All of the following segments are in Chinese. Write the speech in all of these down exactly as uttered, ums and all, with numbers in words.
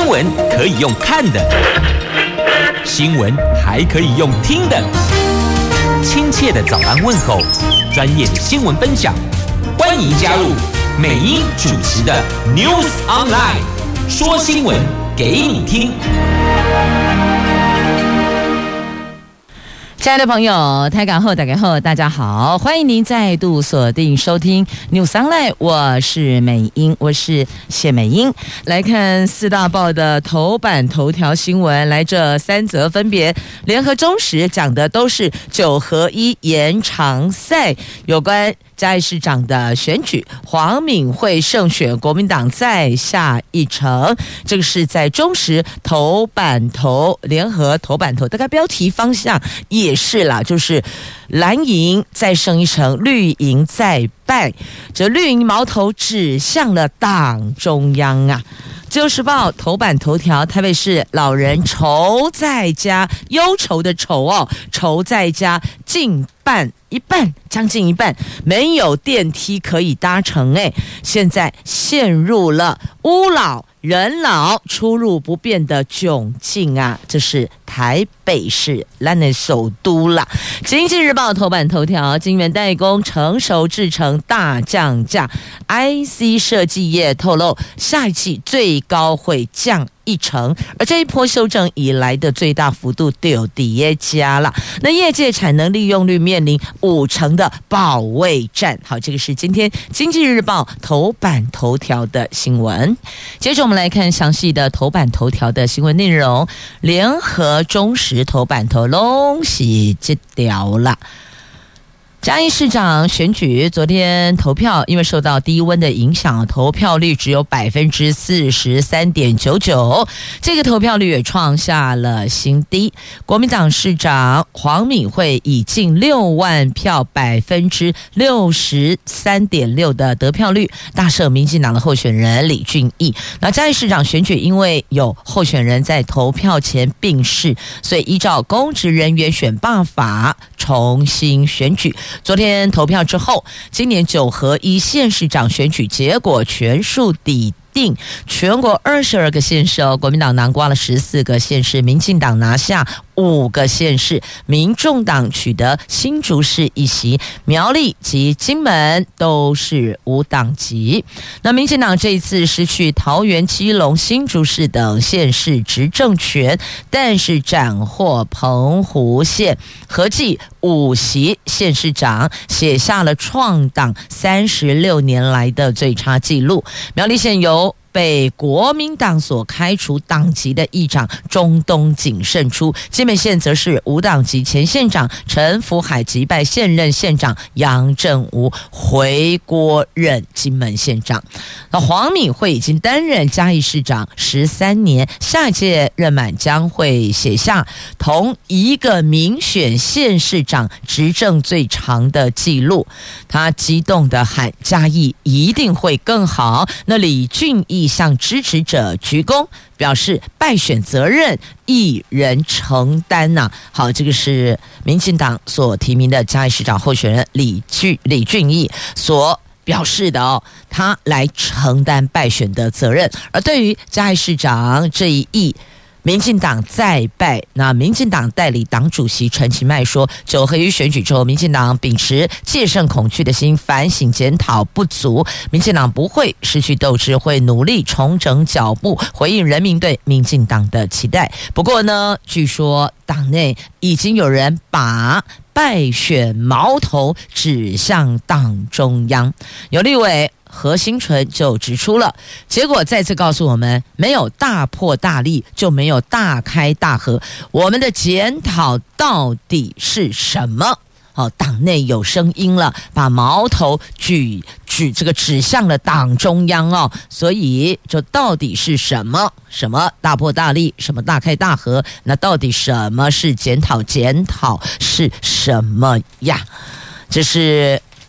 新闻可以用看的，新闻还可以用听的。亲切的早安问候，专业的新闻分享，欢迎加入美英主持的 News Online， 说新闻给你听。 亲爱的朋友，台港后打开后，大家好，欢迎您再度锁定收听 News Online， 我是美英，我是谢美英。来看四大报的头版头条新闻，来这三则分别，联合中时讲的都是九合一延长赛，有关嘉义市长的选举，黄敏惠胜选，国民党再下一城。这个是在中时头版头，联合头版头，大概标题方向也是啦，就是蓝营再胜一城，绿营再败。这绿营矛头指向了党中央啊。自由时报头版头条，台北市老人愁在家，忧愁的愁哦，愁在家近半一半，将近一半没有电梯可以搭乘，哎，现在陷入了屋老人老出入不便的窘境啊！这是台北市咱的首都啦。经济日报头版头条，晶圆代工成熟制程大降价 ，I C 设计业透露下一季最高会降一成，而这一波修正以来的最大幅度都有叠加了。那业界产能利用率面临五成的保卫战。好，这个是今天经济日报头版头条的新闻。接着我们来看详细的头版头条的新闻内容。联合中时头版头拢是这条啦。嘉义市长选举昨天投票，因为受到低温的影响，投票率只有百分之四十三点九九，这个投票率也创下了新低。国民党市长黄敏惠以近六万票，百分之六十三点六的得票率，大胜民进党的候选人李俊毅。那嘉义市长选举因为有候选人在投票前病逝，所以依照公职人员选罢法重新选举。昨天投票之后，今年九合一县市长选举结果全数底定，全国二十二个县市哦，国民党拿瓜了十四个县市，民进党拿下五个县市，民众党取得新竹市一席，苗栗及金门都是无党籍。那民进党这一次失去桃园、基隆、新竹市等县市执政权，但是斩获澎湖县，合计五席县市长，写下了创党三十六年来的最差纪录。苗栗县由被国民党所开除党籍的议长中东锦胜出，金门县则是无党籍前县长陈福海击败现任县长杨振武回国任金门县长。那黄敏惠已经担任嘉义市长十三年，下一届任满将会写下同一个民选县市长执政最长的记录。他激动地喊嘉义一定会更好。那李俊毅向支持者鞠躬，表示败选责任一人承担呐、啊。好，这个是民进党所提名的嘉义市长候选人李俊李俊毅所表示的哦，他来承担败选的责任。而对于嘉义市长这一役，民进党再败，那民进党代理党主席陈其迈说，九合一选举之后，民进党秉持戒慎恐惧的心，反省检讨不足，民进党不会失去斗志，会努力重整脚步，回应人民对民进党的期待。不过呢，据说党内已经有人把败选矛头指向党中央，有立委何新纯就指出了，结果再次告诉我们，没有大破大立，就没有大开大合。我们的检讨到底是什么？哦，党内有声音了，把矛头举举这个指向了党中央哦，所以这到底是什么？什么大破大立？什么大开大合？那到底什么是检讨？检讨是什么呀？这是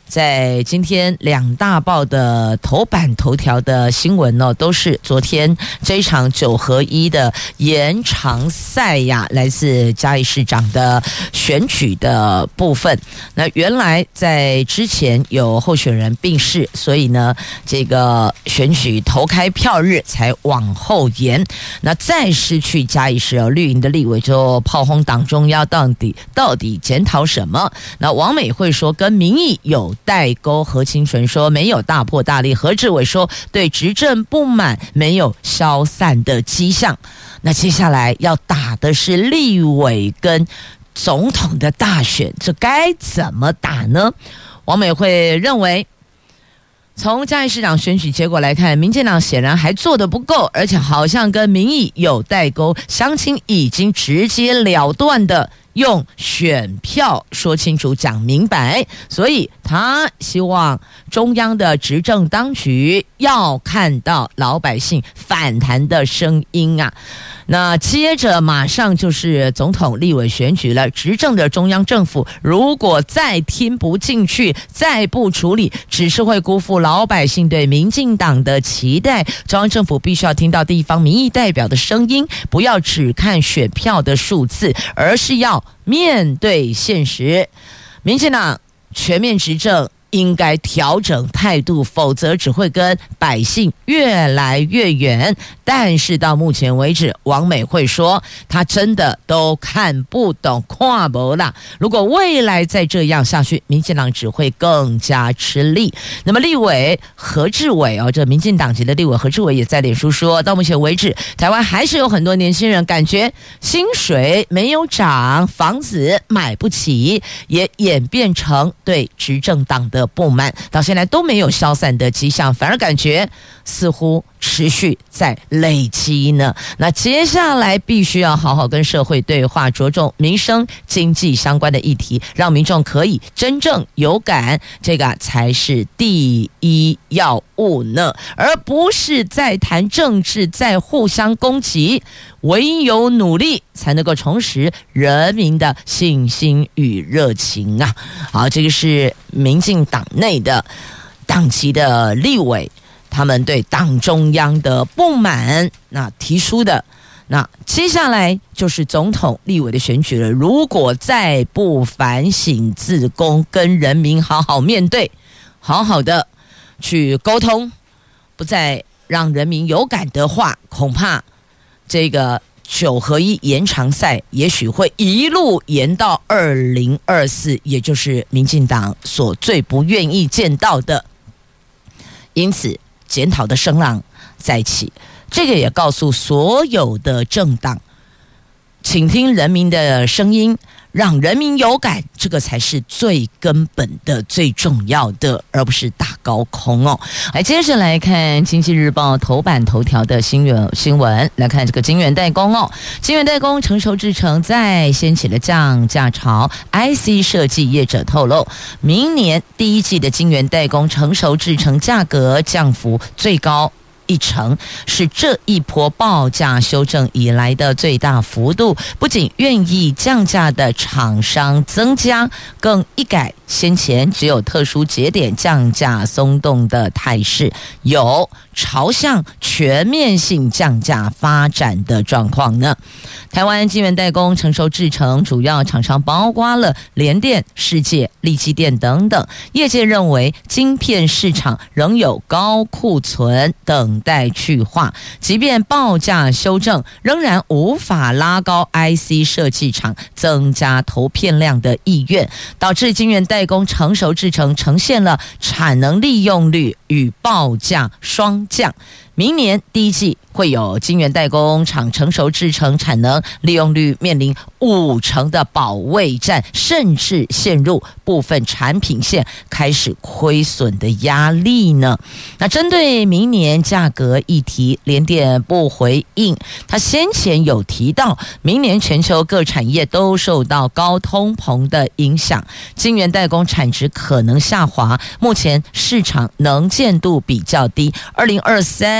在今天两大报的头版头条的新闻呢，都是昨天这一场九合一的延长赛呀，来自嘉义市长的选举的部分。那原来在之前有候选人病逝，所以呢，这个选举投开票日才往后延。那再失去嘉义市绿营的立委就炮轰党中央到底到底检讨什么？那王美惠说跟民意有代沟，何清纯说没有大破大立，何志伟说对执政不满，没有消散的迹象。那接下来要打的是立委跟总统的大选，这该怎么打呢？王美惠认为，从嘉义市长选举结果来看，民进党显然还做得不够，而且好像跟民意有代沟，乡亲已经直截了当的用选票说清楚讲明白，所以他希望中央的执政当局要看到老百姓反弹的声音啊。那接着马上就是总统立委选举了，执政的中央政府如果再听不进去，再不处理，只是会辜负老百姓对民进党的期待。中央政府必须要听到地方民意代表的声音，不要只看选票的数字，而是要面对现实。民进党全面执政应该调整态度，否则只会跟百姓越来越远。但是到目前为止，王美惠说她真的都看不懂看不啦。如果未来再这样下去，民进党只会更加吃力。那么立委何志伟哦，这民进党籍的立委何志伟也在脸书说，到目前为止，台湾还是有很多年轻人感觉薪水没有涨，房子买不起，也演变成对执政党的不满，到现在都没有消散的迹象，反而感觉似乎持续在累积呢。那接下来必须要好好跟社会对话，着重民生经济相关的议题，让民众可以真正有感，这个才是第一要务呢，而不是在谈政治，在互相攻击。唯有努力才能够重拾人民的信心与热情啊！好，这个是民进党内的党籍的立委，他们对党中央的不满那提出的。那接下来就是总统立委的选举了，如果再不反省自宫，跟人民好好面对，好好的去沟通，不再让人民有感的话，恐怕这个九合一延长赛也许会一路延到二零二四，也就是民进党所最不愿意见到的。因此检讨的声浪再起，这个也告诉所有的政党，倾听人民的声音，让人民有感，这个才是最根本的、最重要的，而不是打高空哦。来，接着来看《经济日报》头版头条的新闻新闻，来看这个晶圆代工哦。晶圆代工成熟制程再掀起了降价潮 ，I C 设计业者透露，明年第一季的晶圆代工成熟制程价格降幅最高一成，是这一波报价修正以来的最大幅度。不仅愿意降价的厂商增加，更一改先前只有特殊节点降价松动的态势，有朝向全面性降价发展的状况呢。台湾晶圆代工成熟制程主要厂商包括了联电、世界、力积电等等，业界认为晶片市场仍有高库存等待去化，即便报价修正，仍然无法拉高 I C 设计厂增加投片量的意愿，导致晶圆代工成熟制程呈现了产能利用率与报价双降。明年第一季会有晶圆代工厂成熟制程产能利用率面临五成的保卫战，甚至陷入部分产品线开始亏损的压力呢。那针对明年价格议题，联电不回应。他先前有提到，明年全球各产业都受到高通膨的影响，晶圆代工产值可能下滑，目前市场能见度比较低。二零二三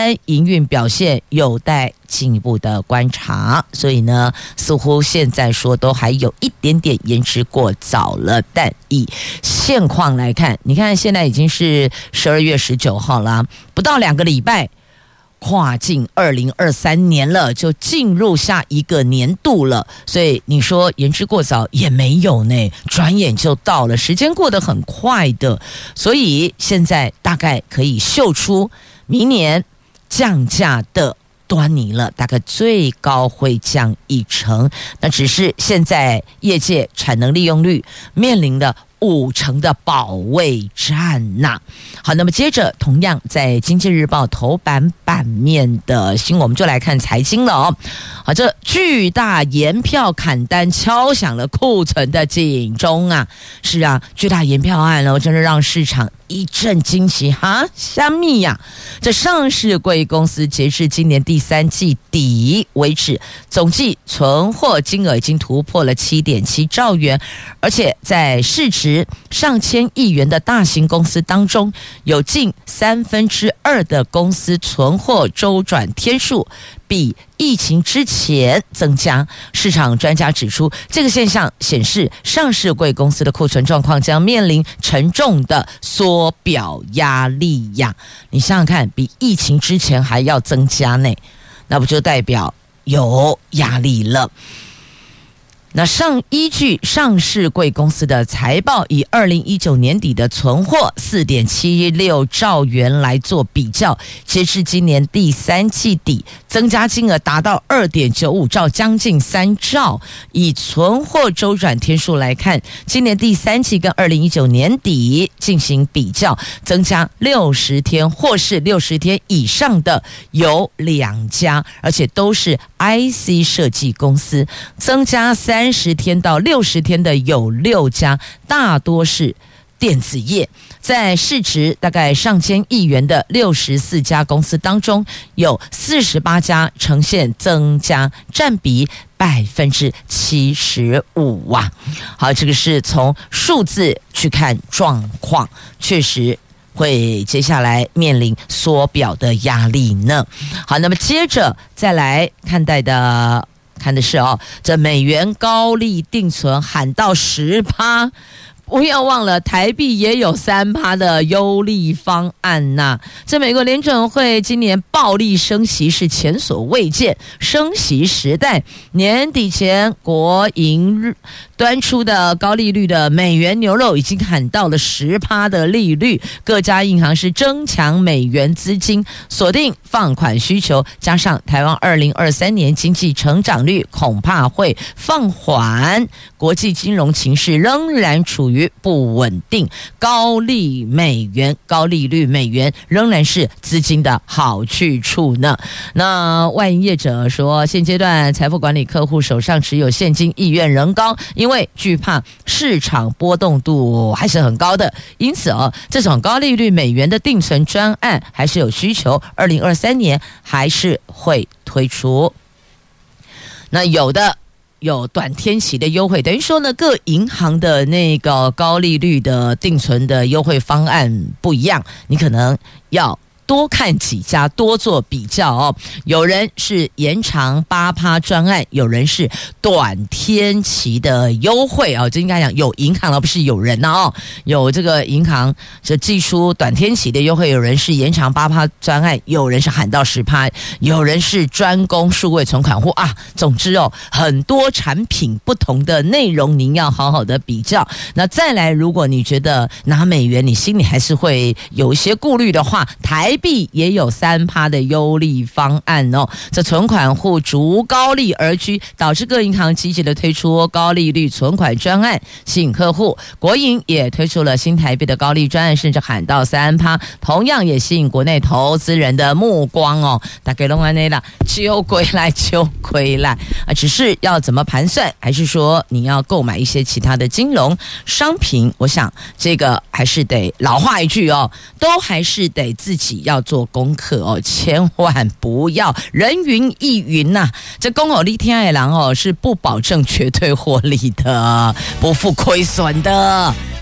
三营运表现有待进一步的观察，所以呢，似乎现在说都还有一点点言之过早了。但以现况来看，你看现在已经是十二月十九号啦，不到两个礼拜，跨进二零二三年了，就进入下一个年度了。所以你说言之过早也没有呢，转眼就到了，时间过得很快的。所以现在大概可以嗅出明年降价的端倪了，大概最高会降一成，那只是现在业界产能利用率面临的五成的保卫战呐、啊。好，那么接着同样在经济日报头版版面的新闻，我们就来看财经了哦。好，这巨大延票砍单敲响了库存的警钟啊！是啊，巨大延票案呢，真的让市场一阵惊奇哈，虾米呀？这上市柜公司截至今年第三季底为止，总计存货金额已经突破了 七点七兆元，而且在市值上千亿元的大型公司当中，有近三分之二的公司存货周转天数比疫情之前增加。市场专家指出，这个现象显示上市柜公司的库存状况将面临沉重的缩表压力呀。你想想看，比疫情之前还要增加呢，那不就代表有压力了？那上依据上市柜公司的财报，以二零一九年底的存货 四点七六兆元来做比较，截至今年第三季底，增加金额达到 二点九五兆，将近三兆。以存货周转天数来看，今年第三季跟二零一九年底进行比较，增加六十天或是六十天以上的有两家，而且都是 I C 设计公司，增加三十天到六十天的有六家，大多是电子业。在市值大概上千亿元的六十四家公司当中，有四十八家呈现增加，占比百分之七十五啊。好，这个是从数字去看状况，确实会接下来面临缩表的压力呢。好，那么接着再来看待的看的是哦，这美元高利定存喊到 百分之十，不要忘了台币也有 百分之三 的优利方案呐、啊。这美国联准会今年暴力升息是前所未见，升息时代年底前国营端出的高利率的美元牛肉已经喊到了 百分之十 的利率，各家银行是增强美元资金，锁定放款需求，加上台湾二零二三年经济成长率恐怕会放缓，国际金融情势仍然处于不稳定，高利美元、高利率美元仍然是资金的好去处呢。那外营业者说，现阶段财富管理客户手上持有现金意愿仍高，因为惧怕市场波动度还是很高的，因此哦，这种高利率美元的定存专案还是有需求，二零二三年还是会推出。那有的有短天期的优惠，等于说呢，各银行的那个高利率的定存的优惠方案不一样，你可能要多看几家，多做比较哦。有人是延长 百分之八 专案，有人是短天期的优惠哦，就应该讲有银行了，不是有人呐哦。有这个银行就寄出短天期的优惠，有人是延长 百分之八 专案，有人是喊到 百分之十， 有人是专攻数位存款户啊。总之哦，很多产品不同的内容，您要好好的比较。那再来，如果你觉得拿美元你心里还是会有一些顾虑的话，台台币也有 百分之三 的优利方案哦，这存款户逐高利而居，导致各银行积极的推出高利率存款专案，吸引客户。国银也推出了新台币的高利专案，甚至喊到 百分之三， 同样也吸引国内投资人的目光哦。大概弄完那啦，就归来就归来啊，只是要怎么盘算，还是说你要购买一些其他的金融商品？我想这个还是得老话一句哦，都还是得自己要做功课哦，千万不要人云亦云呐、啊。这公有利天爱郎哦，是不保证绝对获利的，不负亏损的。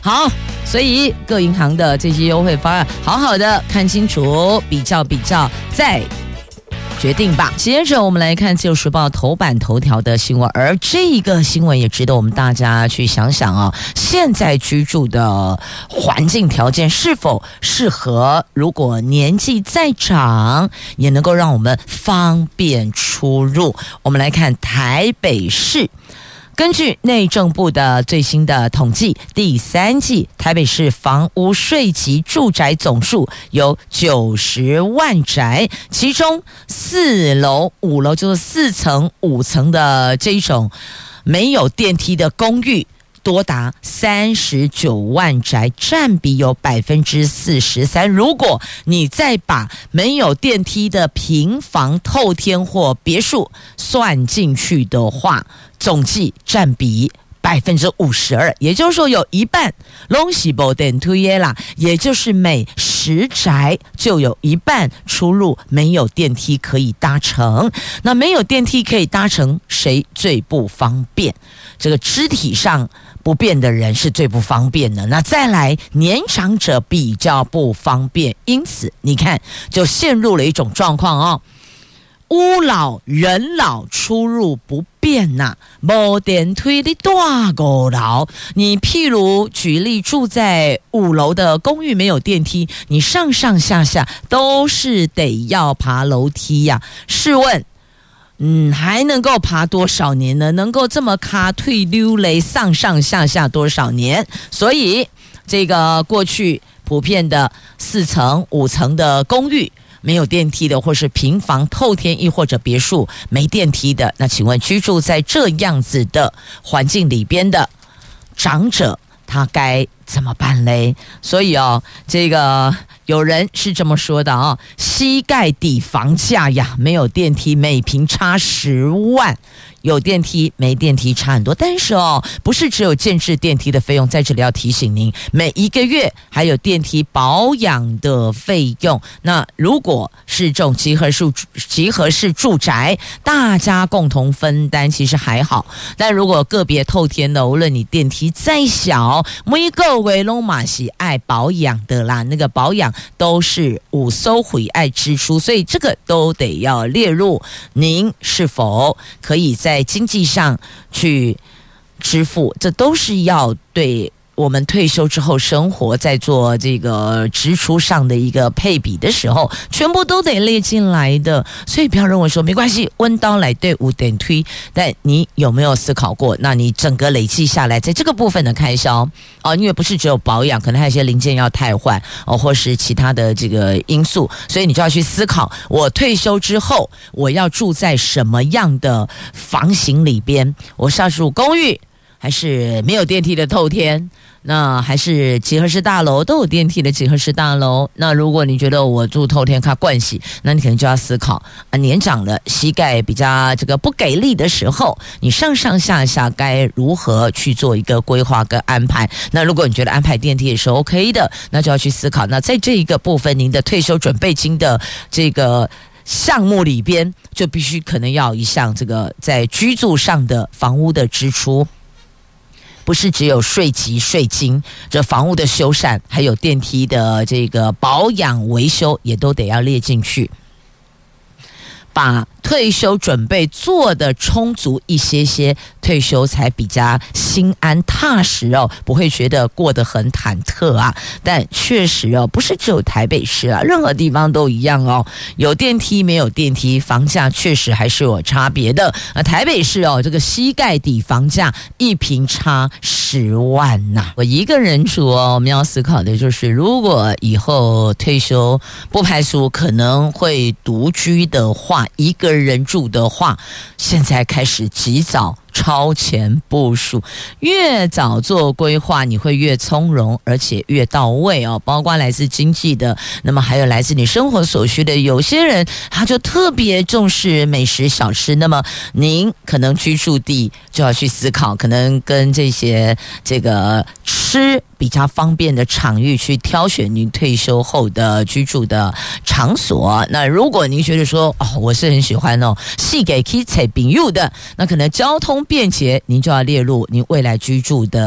好，所以各银行的这些优惠方案，好好的看清楚，比较比较，再决定吧。接着我们来看《自由时报》头版头条的新闻，而这个新闻也值得我们大家去想想啊，现在居住的环境条件是否适合？如果年纪再长，也能够让我们方便出入。我们来看台北市。根据内政部的最新的统计，第三季台北市房屋税级住宅总数有九十万宅，其中四楼、五楼就是四层、五层的这种没有电梯的公寓，多达三十九万宅，占比有百分之四十三。如果你再把没有电梯的平房、透天或别墅算进去的话，总计占比百分之五十二，也就是说有一半拢是没电梯的啦，也就是每十宅就有一半出入没有电梯可以搭乘。那没有电梯可以搭乘，谁最不方便？这个肢体上不便的人是最不方便的。那再来，年长者比较不方便，因此你看就陷入了一种状况哦。屋老人老出入不便呐、啊，没电梯的大五楼，你譬如举例住在五楼的公寓没有电梯，你上上下下都是得要爬楼梯呀、啊。试问，嗯，还能够爬多少年呢？能够这么卡退溜雷上上下下多少年？所以这个过去普遍的四层、五层的公寓。没有电梯的，或是平房、透天亦或者别墅没电梯的，那请问居住在这样子的环境里边的长者，他该怎么办嘞？所以哦，这个有人是这么说的啊、哦，膝盖底房价呀，没有电梯每平差十万。有电梯没电梯差很多，但是哦，不是只有建制电梯的费用，在这里要提醒您，每一个月还有电梯保养的费用。那如果是这种集合式集合式住宅，大家共同分担其实还好，但如果个别透天的，无论你电梯再小，每个月都嘛是爱保养的啦，那个保养都是有收回爱支出，所以这个都得要列入您是否可以在在经济上去支付，这都是要对我们退休之后生活在做这个支出上的一个配比的时候，全部都得列进来的。所以不要认为说没关系，温刀来对五点推，但你有没有思考过，那你整个累计下来在这个部分的开销哦，因为不是只有保养，可能还有一些零件要汰换哦，或是其他的这个因素，所以你就要去思考，我退休之后我要住在什么样的房型里边？我是要住公寓，还是没有电梯的透天？那还是集合式大楼，都有电梯的集合式大楼。那如果你觉得我住透天看惯习，那你可能就要思考啊，年长了膝盖比较这个不给力的时候，你上上下下该如何去做一个规划跟安排？那如果你觉得安排电梯也是 OK 的，那就要去思考。那在这一个部分，您的退休准备金的这个项目里边，就必须可能要一项这个在居住上的房屋的支出。不是只有税级税金，这房屋的修缮还有电梯的这个保养维修也都得要列进去，把退休准备做的充足一些些，退休才比较心安踏实哦，不会觉得过得很忐忑啊。但确实哦，不是只有台北市啊，任何地方都一样哦。有电梯没有电梯，房价确实还是有差别的。那台北市哦，这个膝盖底房价一坪差十万呐、啊。我一个人住哦，我们要思考的就是，如果以后退休，不排除可能会独居的话，一个人住的话，现在开始及早超前部署，越早做规划，你会越从容，而且越到位哦。包括来自经济的，那么还有来自你生活所需的。有些人他就特别重视美食小吃，那么您可能居住地就要去思考，可能跟这些这个吃比较方便的场域去挑选您退休后的居住的场所。那如果您觉得说哦，我是很喜欢哦，细给可以采朋友的，那可能交通便捷，您就要列入您未来居住的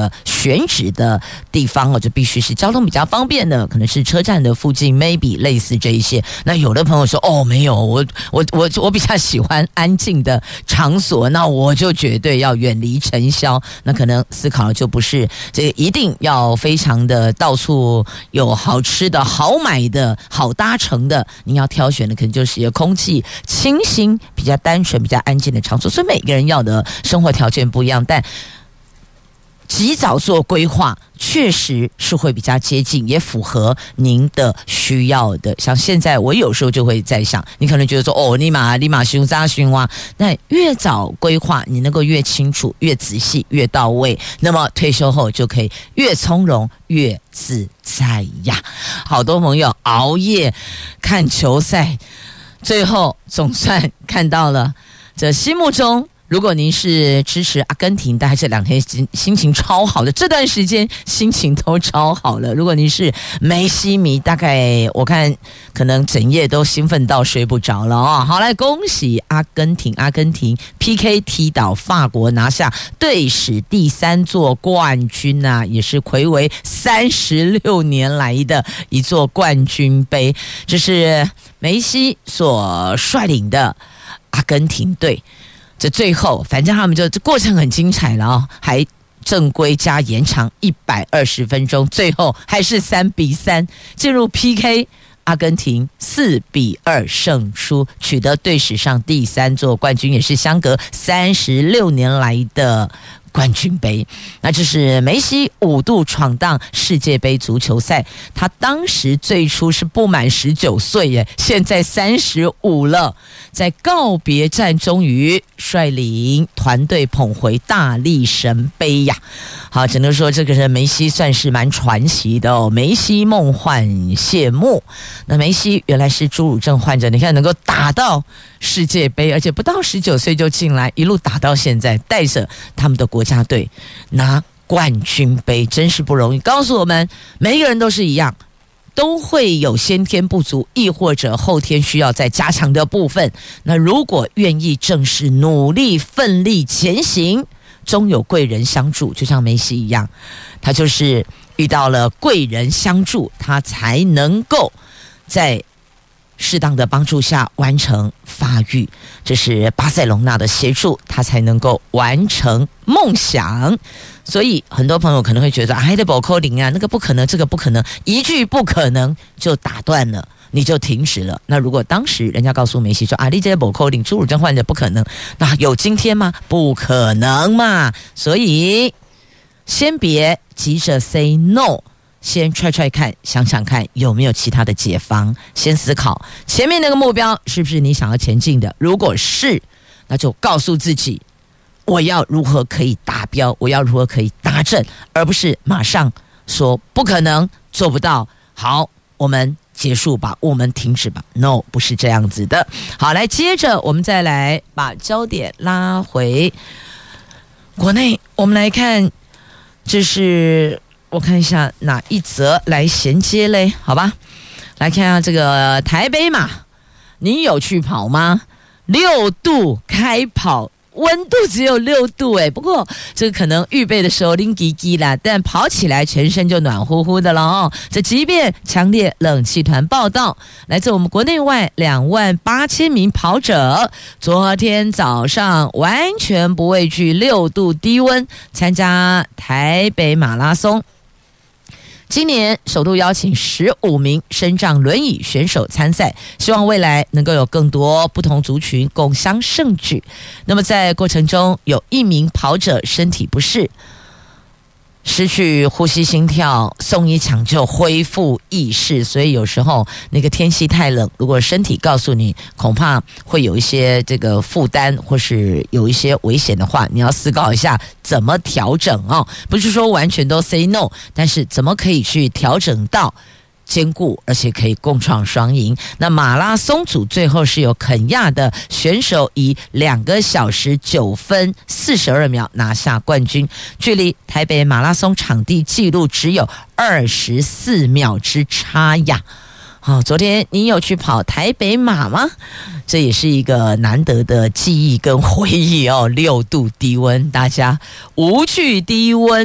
选址的地方哦，就必须是交通比较方便的，可能是车站的附近 ，maybe 类似这一些。那有的朋友说，哦，没有，我我我我比较喜欢安静的场所，那我就绝对要远离尘嚣。那可能思考的就不是这个一定要非常的到处有好吃的好买的好搭乘的，你要挑选的可能就是一个空气清新比较单纯比较安静的场所。所以每个人要的生活条件不一样，但及早做规划确实是会比较接近，也符合您的需要的。像现在我有时候就会在想，你可能觉得说哦，立马立马凶扎凶哇，那越早规划你能够越清楚越仔细越到位，那么退休后就可以越从容越自在呀。好多朋友熬夜看球赛，最后总算看到了这心目中，如果您是支持阿根廷，大概这两天心情超好的，这段时间心情都超好了。如果您是梅西迷，大概我看可能整夜都兴奋到睡不着了哦。好，来恭喜阿根廷，阿根廷 P K 踢倒法国，拿下队史第三座冠军啊，也是睽违三十六年来的一座冠军杯。这是梅西所率领的阿根廷队。这最后反正他们就这过程很精彩了哦，还正规加延长一百二十分钟，最后还是三比三进入 P K， 阿根廷四比二胜出，取得队史上第三座冠军，也是相隔三十六年来的冠军杯。那这是梅西五度闯荡世界杯足球赛，他当时最初是不满十九岁耶，现在三十五了，在告别战终于率领团队捧回大力神杯呀。好，只能说这个人梅西算是蛮传奇的哦，梅西梦幻谢幕。那梅西原来是侏儒症患者，你看能够打到世界杯，而且不到十九岁就进来，一路打到现在，带着他们的国家队拿冠军杯，真是不容易。告诉我们，每一个人都是一样，都会有先天不足，亦或者后天需要再加强的部分。那如果愿意正视努力奋力前行，终有贵人相助，就像梅西一样，他就是遇到了贵人相助，他才能够在适当的帮助下完成发育，这是巴塞隆纳的协助，他才能够完成梦想。所以很多朋友可能会觉得哎，这不可能啊，那个不可能，这个不可能，一句不可能就打断了，你就停止了。那如果当时人家告诉梅西说啊，你这不可能，侏儒症患者不可能，那有今天吗？不可能嘛。所以先别急着 say no，先踹踹看，想想看有没有其他的解方，先思考前面那个目标是不是你想要前进的，如果是，那就告诉自己我要如何可以达标，我要如何可以达阵，而不是马上说不可能做不到，好我们结束吧，我们停止吧。 No， 不是这样子的。好，来接着我们再来把焦点拉回国内，我们来看这是我看一下哪一则来衔接嘞，好吧，来看一下这个台北马，你有去跑吗？六度开跑，温度只有六度哎，不过这个可能预备的时候拎滴滴啦，但跑起来全身就暖乎乎的了哦。这即便强烈冷气团报道，来自我们国内外两万八千名跑者，昨天早上完全不畏惧六度低温，参加台北马拉松。今年首度邀请十五名身障轮椅选手参赛，希望未来能够有更多不同族群共襄盛举。那么在过程中，有一名跑者身体不适，失去呼吸心跳，送医抢救恢复意识。所以有时候那个天气太冷，如果身体告诉你恐怕会有一些这个负担或是有一些危险的话，你要思考一下怎么调整哦。不是说完全都 say no， 但是怎么可以去调整到兼顾而且可以共创双赢。那马拉松组最后是由肯亚的选手以两个小时九分四十二秒拿下冠军，距离台北马拉松场地纪录只有二十四秒之差呀。好，昨天你有去跑台北马吗？这也是一个难得的记忆跟回忆哦。六度低温，大家无惧低温，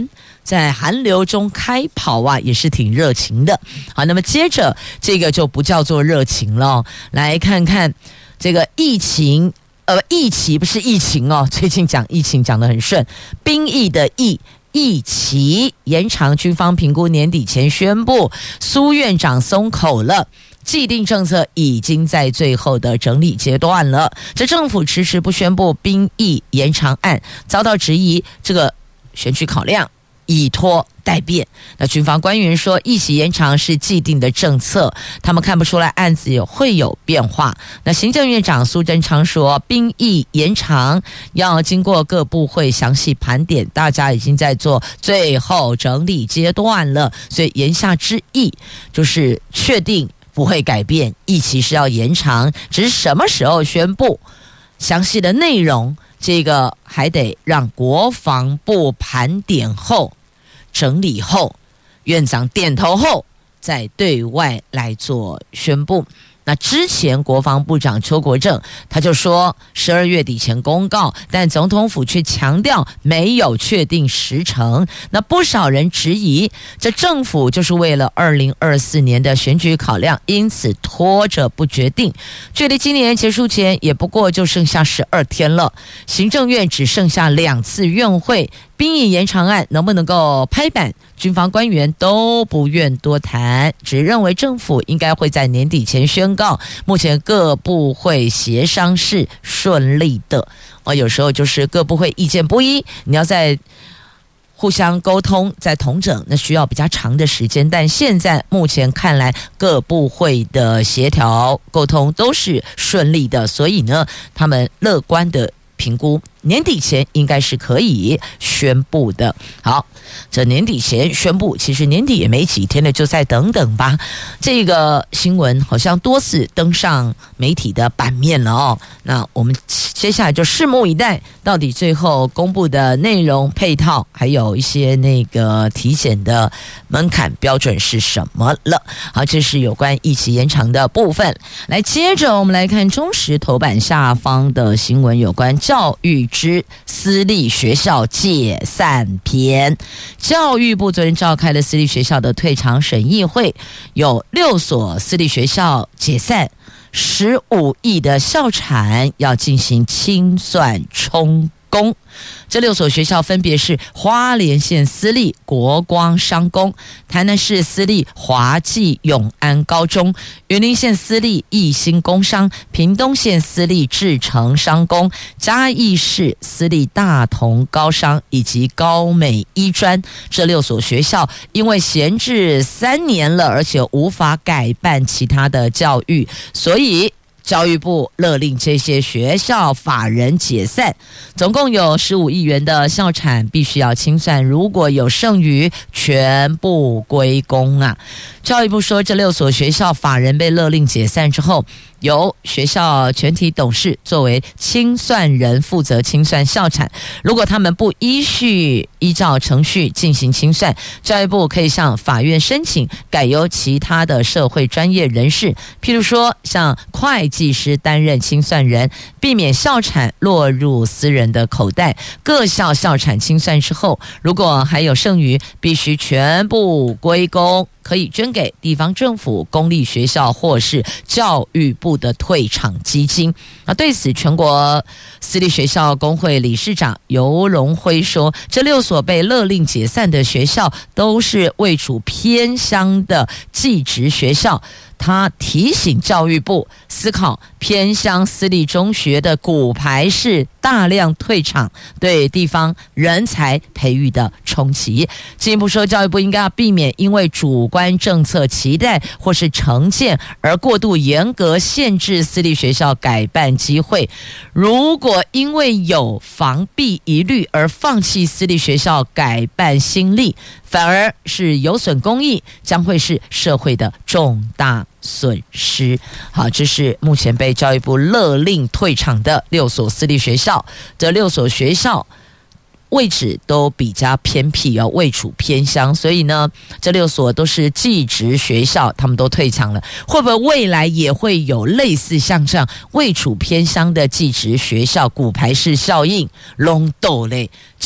在寒流中开跑啊，也是挺热情的。好，那么接着这个就不叫做热情了，来看看这个疫情，呃，疫情不是疫情哦，最近讲疫情讲得很顺，兵役的役。疫期延长，军方评估年底前宣布，苏院长松口了。既定政策已经在最后的整理阶段了，这政府迟迟不宣布兵役延长案，遭到质疑，这个选举考量以拖待变。那军方官员说，役期延长是既定的政策，他们看不出来案子也会有变化。那行政院长苏贞昌说，兵役延长要经过各部会详细盘点，大家已经在做最后整理阶段了，所以言下之意就是确定不会改变，役期是要延长，只是什么时候宣布，详细的内容这个还得让国防部盘点后整理后，院长点头后再对外来做宣布。那之前国防部长邱国正他就说十二月底前公告，但总统府却强调没有确定时程。那不少人质疑，这政府就是为了二零二四年的选举考量，因此拖着不决定。距离今年结束前也不过就剩下十二天了，行政院只剩下两次院会，兵役延长案能不能够拍板，军方官员都不愿多谈，只认为政府应该会在年底前宣告。目前各部会协商是顺利的，哦，有时候就是各部会意见不一，你要在互相沟通再统整，那需要比较长的时间。但现在目前看来，各部会的协调沟通都是顺利的，所以呢，他们乐观的评估年底前应该是可以宣布的。好，这年底前宣布，其实年底也没几天了，就再等等吧。这个新闻好像多次登上媒体的版面了哦。那我们接下来就拭目以待，到底最后公布的内容、配套，还有一些那个体检的门槛标准是什么了。好，这是有关役期延长的部分。来，接着我们来看中时头版下方的新闻，有关教育之私立学校解散篇。教育部昨天召开了私立学校的退场审议会，有六所私立学校解散，十五亿的校产要进行清算充公。这六所学校分别是花莲县私立国光商工、台南市私立华记永安高中、云林县私立义兴工商、屏东县私立志成商工、嘉义市私立大同高商以及高美医专。这六所学校因为闲置三年了，而且无法改办其他的教育，所以教育部勒令这些学校法人解散，总共有十五亿元的校产必须要清算，如果有剩余全部归公啊。教育部说，这六所学校法人被勒令解散之后，由学校全体董事作为清算人负责清算校产，如果他们不依序依照程序进行清算，教育部可以向法院申请改由其他的社会专业人士，譬如说像会计师担任清算人，避免校产落入私人的口袋。各校校产清算之后，如果还有剩余，必须全部归公，可以捐给地方政府、公立学校或是教育部的退场基金。那对此，全国私立学校工会理事长游荣辉说，这六所被勒令解散的学校都是位处偏乡的技职学校。他提醒教育部思考偏乡私立中学的骨牌式大量退场对地方人才培育的冲击。进一步说，教育部应该要避免因为主观政策期待或是成见而过度严格限制私立学校改办机会。如果因为有防弊疑虑而放弃私立学校改办新例，反而是有损公益，将会是社会的重大损失。好，这是目前被教育部勒令退场的六所私立学校。这六所学校位置都比较偏僻，要位处偏乡，所以呢，这六所都是技职学校，他们都退场了。会不会未来也会有类似像这样位处偏乡的技职学校骨牌式效应？龙斗类，这个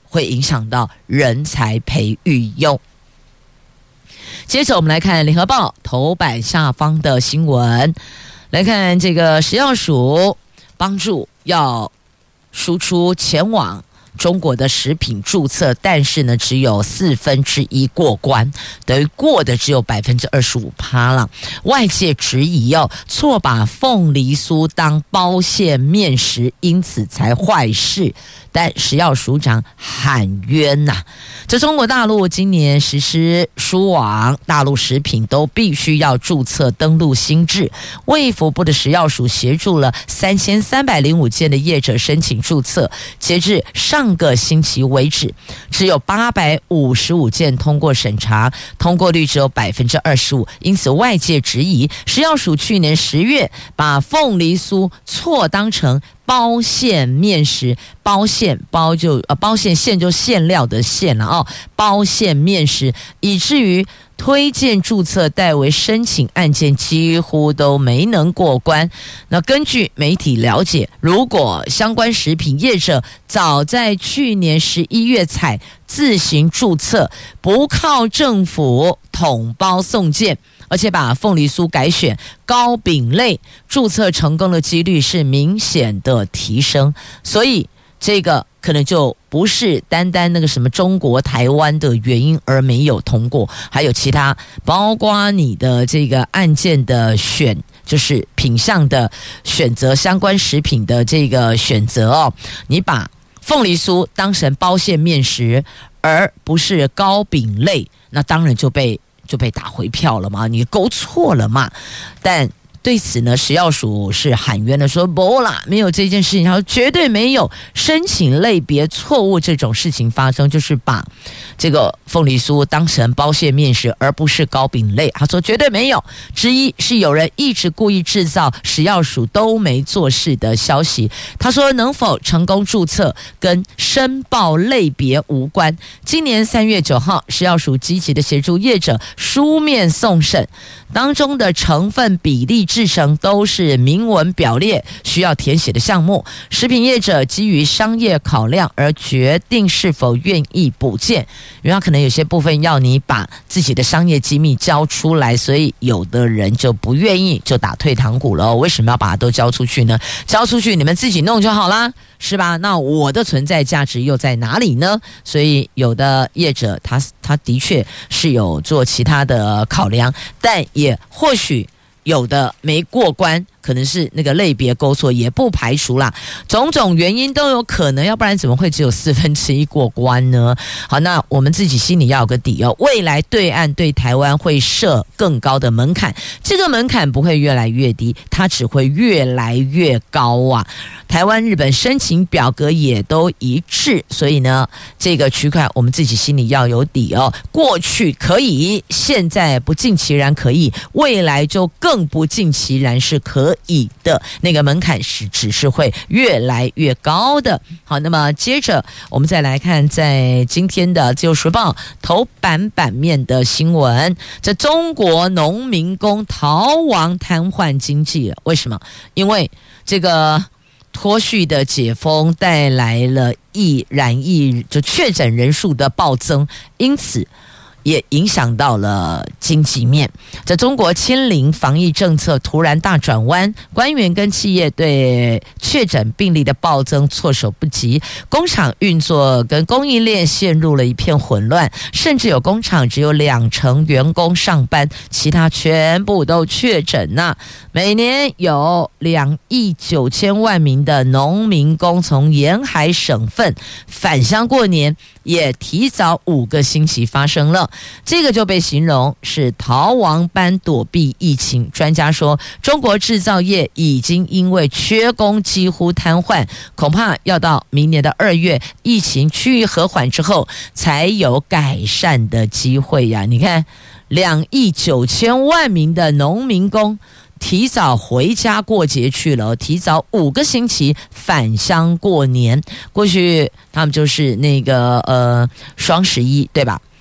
会影响到人才培育哟。接着我们来看联合报头版下方的新闻，来看这个食药署帮助要输出前往中国的食品注册，但是呢，只有四分之一过关，等于过的只有百分之二十五趴了。外界质疑哦，错把凤梨酥当包馅面食，因此才坏事。但食药署长喊冤呐、啊！这中国大陆今年实施输往大陆食品都必须要注册登录新制，卫福部的食药署协助了三千三百零五件的业者申请注册，截至上个星期为止，只有八百五十五件通过审查，通过率只有百分之二十五。因此外界质疑食药署去年十月把凤梨酥错当成包馅面食，包馅包就呃包馅馅就馅料的馅了哦，包馅面食，以至于推荐注册代为申请案件几乎都没能过关。那根据媒体了解，如果相关食品业者早在去年十一月才自行注册，不靠政府统包送件，而且把凤梨酥改选糕饼类，注册成功的几率是明显的提升。所以这个可能就不是单单那个什么中国台湾的原因而没有通过，还有其他，包括你的这个案件的选，就是品项的选择，相关食品的这个选择哦，你把凤梨酥当成包馅面食，而不是糕饼类，那当然就被就被打回票了嘛，你勾错了嘛。但对此呢，食药署是喊冤的，说不啦，没有这件事情，他说绝对没有申请类别错误这种事情发生，就是把这个凤梨酥当成包馅面食，而不是糕饼类。他说绝对没有，之一是有人一直故意制造食药署都没做事的消息。他说能否成功注册跟申报类别无关。今年三月九号，食药署积极的协助业者书面送审，当中的成分比例制成都是明文表列需要填写的项目，食品业者基于商业考量而决定是否愿意补件，因为他可能有些部分要你把自己的商业机密交出来，所以有的人就不愿意，就打退堂鼓了。为什么要把它都交出去呢？交出去你们自己弄就好啦，是吧？那我的存在价值又在哪里呢？所以有的业者他他的确是有做其他的考量，但也或许有的没过关，可能是那个类别勾错，也不排除啦，种种原因都有可能，要不然怎么会只有四分之一过关呢？好，那我们自己心里要有个底哦，未来对岸对台湾会设更高的门槛，这个门槛不会越来越低，它只会越来越高啊。台湾、日本申请表格也都一致，所以呢，这个区块我们自己心里要有底哦。过去可以，现在不尽其然可以，未来就更不尽其然是可以的，那个门槛是只是会越来越高的。好，那么接着我们再来看，在今天的自由时报头版版面的新闻，这中国农民工逃亡瘫痪经济了，为什么？因为这个脱序的解封带来了疫染疫就确诊人数的暴增，因此也影响到了经济面。在中国清零防疫政策突然大转弯，官员跟企业对确诊病例的暴增措手不及，工厂运作跟供应链陷入了一片混乱，甚至有工厂只有两成员工上班，其他全部都确诊呐、啊。每年有两亿九千万名的农民工从沿海省份返乡过年，也提早五个星期发生了。这个就被形容是逃亡般躲避疫情。专家说，中国制造业已经因为缺工几乎瘫痪，恐怕要到明年的二月，疫情趋于和缓之后，才有改善的机会呀。你看，两亿九千万名的农民工提早回家过节去了，提早五个星期返乡过年。过去他们就是那个呃双十一，对吧？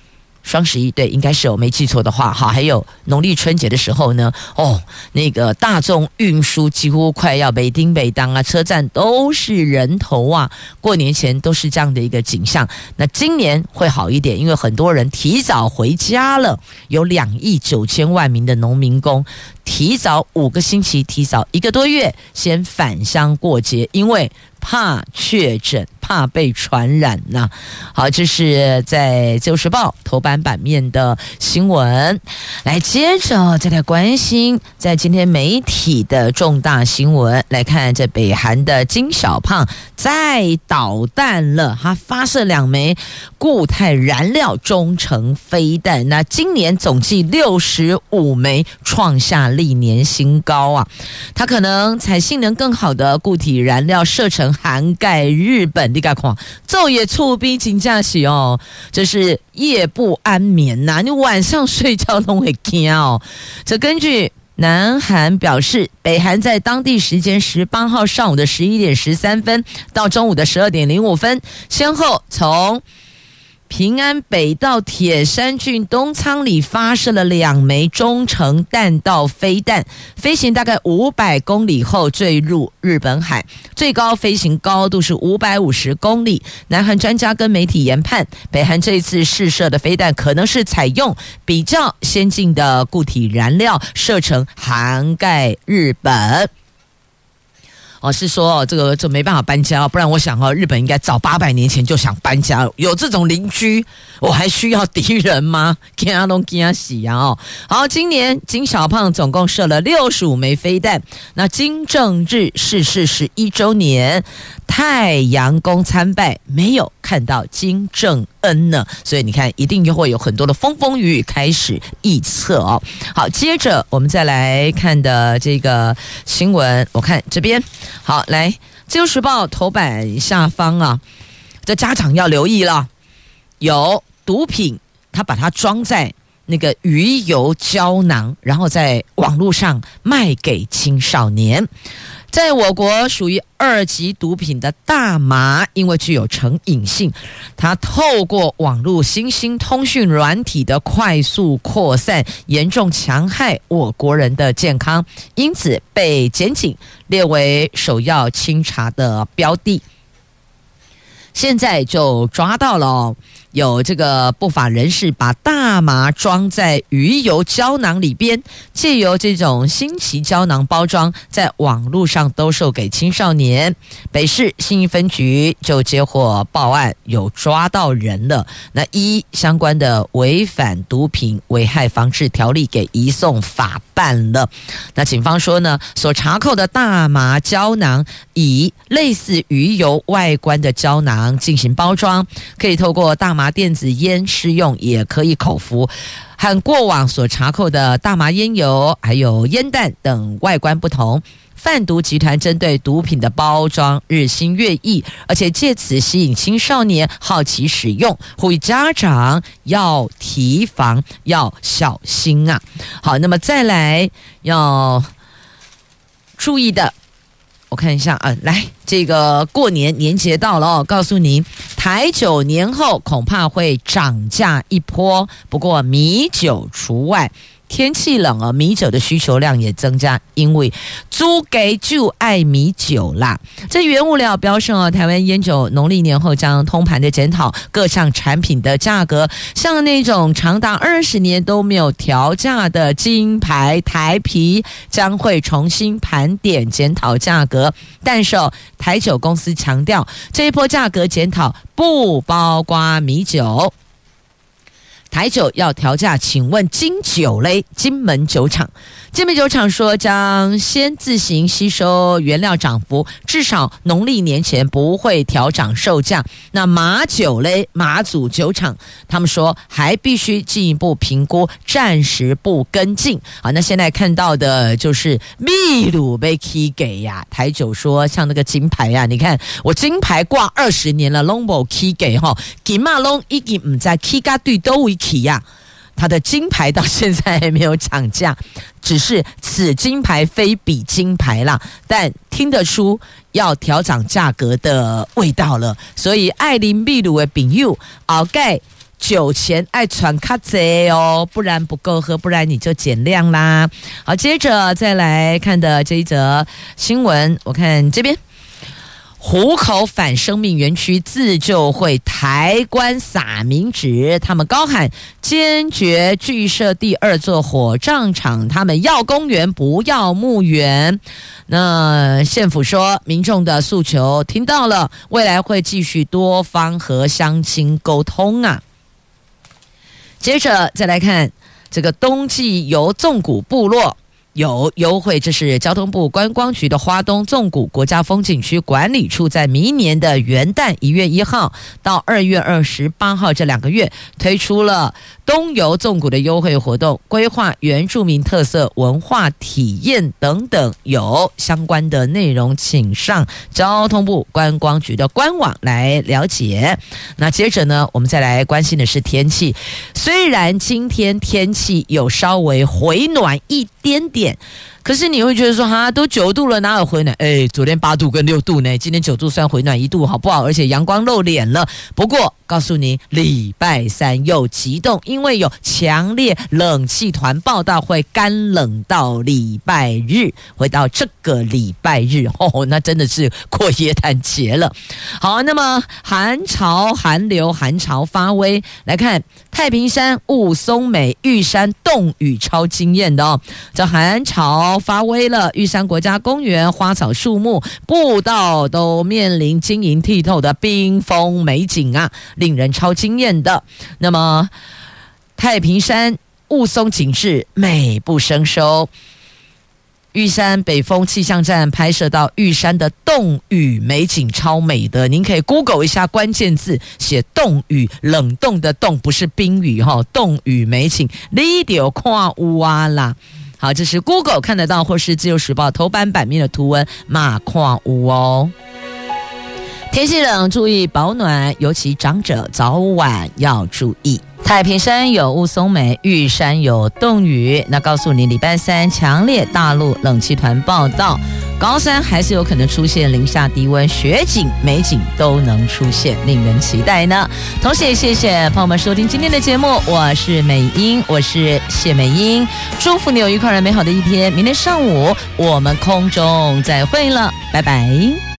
双十一，对，应该是我没记错的话，好，还有农历春节的时候呢，哦，那个大众运输几乎快要北丁北当啊，车站都是人头啊，过年前都是这样的一个景象。那今年会好一点，因为很多人提早回家了，有两亿九千万名的农民工提早五个星期，提早一个多月先返乡过节，因为怕确诊，怕被传染呐、啊。好，这是在《自由时报》头版版面的新闻。来，接着再来关心在今天媒体的重大新闻，来看这北韩的金小胖再导弹了，他发射两枚固态燃料中程飞弹，那今年总计六十五枚，创下历年新高啊！它可能采性能更好的固体燃料射程涵盖日本，你看看，昼夜触逼金架起哦，这是夜不安眠呐、啊！你晚上睡觉都会惊哦。这根据南韩表示，北韩在当地时间十八号上午的十一点十三分到中午的十二点零五分，先后从平安北道铁山郡东仓里发射了两枚中程弹道飞弹，飞行大概五百公里后坠入日本海，最高飞行高度是五百五十公里。南韩专家跟媒体研判，北韩这一次试射的飞弹可能是采用比较先进的固体燃料，射程涵盖日本。哦，是说这个就没办法搬家，不然我想哦，日本应该早八百年前就想搬家。有这种邻居，我还需要敌人吗？给阿龙给阿喜呀！哦，好，今年金小胖总共射了六十五枚飞弹。那金正日逝世十一周年，太阳宫参拜，没有看到金正恩呢，所以你看，一定就会有很多的风风雨雨开始臆测哦。好，接着我们再来看的这个新闻，我看这边。好，来，《自由时报》头版下方啊，这家长要留意了，有毒品，他把它装在那个鱼油胶囊，然后在网络上卖给青少年。在我国属于二级毒品的大麻，因为具有成瘾性，它透过网络新兴通讯软体的快速扩散，严重戕害我国人的健康，因此被检警列为首要清查的标的。现在就抓到了哦，有这个不法人士把大麻装在鱼油胶囊里边，借由这种新奇胶囊包装，在网络上兜售给青少年。北市信义分局就接获报案，有抓到人了。那依相关的违反毒品危害防治条例给移送法办了。那警方说呢，所查扣的大麻胶囊以类似鱼油外观的胶囊进行包装，可以透过大麻电子烟施用，也可以口服，和过往所查扣的大麻烟油还有烟弹等外观不同。贩毒集团针对毒品的包装日新月异，而且借此吸引青少年好奇使用，呼吁家长要提防，要小心啊。好，那么再来要注意的，我看一下啊，来，这个过年年节到了哦，告诉您，台酒年后恐怕会涨价一波，不过米酒除外。天气冷啊，米酒的需求量也增加，因为猪给就爱米酒啦。这原物料飙升啊，台湾烟酒农历年后将通盘的检讨各项产品的价格，像那种长达二十年都没有调价的金牌台啤将会重新盘点检讨价格，但是哦，台酒公司强调这一波价格检讨不包括米酒。台酒要调价，请问金酒嘞？金门酒厂，金门酒厂说将先自行吸收原料涨幅，至少农历年前不会调涨售价。那马酒嘞？马祖酒厂他们说还必须进一步评估，暂时不跟进。好，那现在看到的就是秘鲁被起给呀，台酒说像那个金牌呀，你看我金牌挂二十年了，拢无起给哈，金马拢已经唔在起价对都位。起呀，它的金牌到现在还没有涨价，只是此金牌非彼金牌啦，但听得出要调涨价格的味道了。所以爱啉秘鲁的朋友，后盖酒前爱喘卡贼哦，不然不够喝，不然你就减量啦。好，接着再来看的这一则新闻，我看这边。湖口反生命园区自救会抬棺撒冥纸，他们高喊坚决拒设第二座火葬场，他们要公园不要墓园。那县府说民众的诉求听到了，未来会继续多方和乡亲沟通啊。接着再来看这个冬季游纵谷部落有优惠，这是交通部观光局的花东纵谷国家风景区管理处在明年的元旦一月一号到二月二十八号这两个月推出了冬游纵谷的优惠活动，规划原住民特色文化体验等等，有相关的内容请上交通部观光局的官网来了解。那接着呢，我们再来关心的是天气，虽然今天天气有稍微回暖一点点，可是你会觉得说哈，都九度了哪有回暖？哎，昨天八度跟六度呢，今天九度算回暖一度，好不好？而且阳光露脸了。不过告诉你，礼拜三又急冻，因为有强烈冷气团报道会干冷到礼拜日，回到这个礼拜日哦，那真的是过耶诞节了。好，那么寒潮、寒流、寒潮发威，来看太平山、雾松美、玉山冻雨超惊艳的哦，这寒潮发威了，玉山国家公园花草树木步道都面临晶莹剔透的冰封美景啊，令人超惊艳的。那么太平山雾凇景致美不胜收，玉山北风气象站拍摄到玉山的冻雨美景超美的，您可以 Google 一下关键字，写冻雨，冷冻的冻，不是冰雨哈，冻雨美景，你就看有啊啦。好，这是 Google 看得到，或是自由时报头版版面的图文，马看有哦。天气冷，注意保暖，尤其长者早晚要注意。太平山有雾凇美，玉山有冻雨。那告诉你，礼拜三强烈大陆冷气团报道，高山还是有可能出现零下低温，雪景美景都能出现，令人期待呢。同时也谢谢朋友们收听今天的节目，我是美英，我是谢美英，祝福你有愉快而美好的一天。明天上午我们空中再会了，拜拜。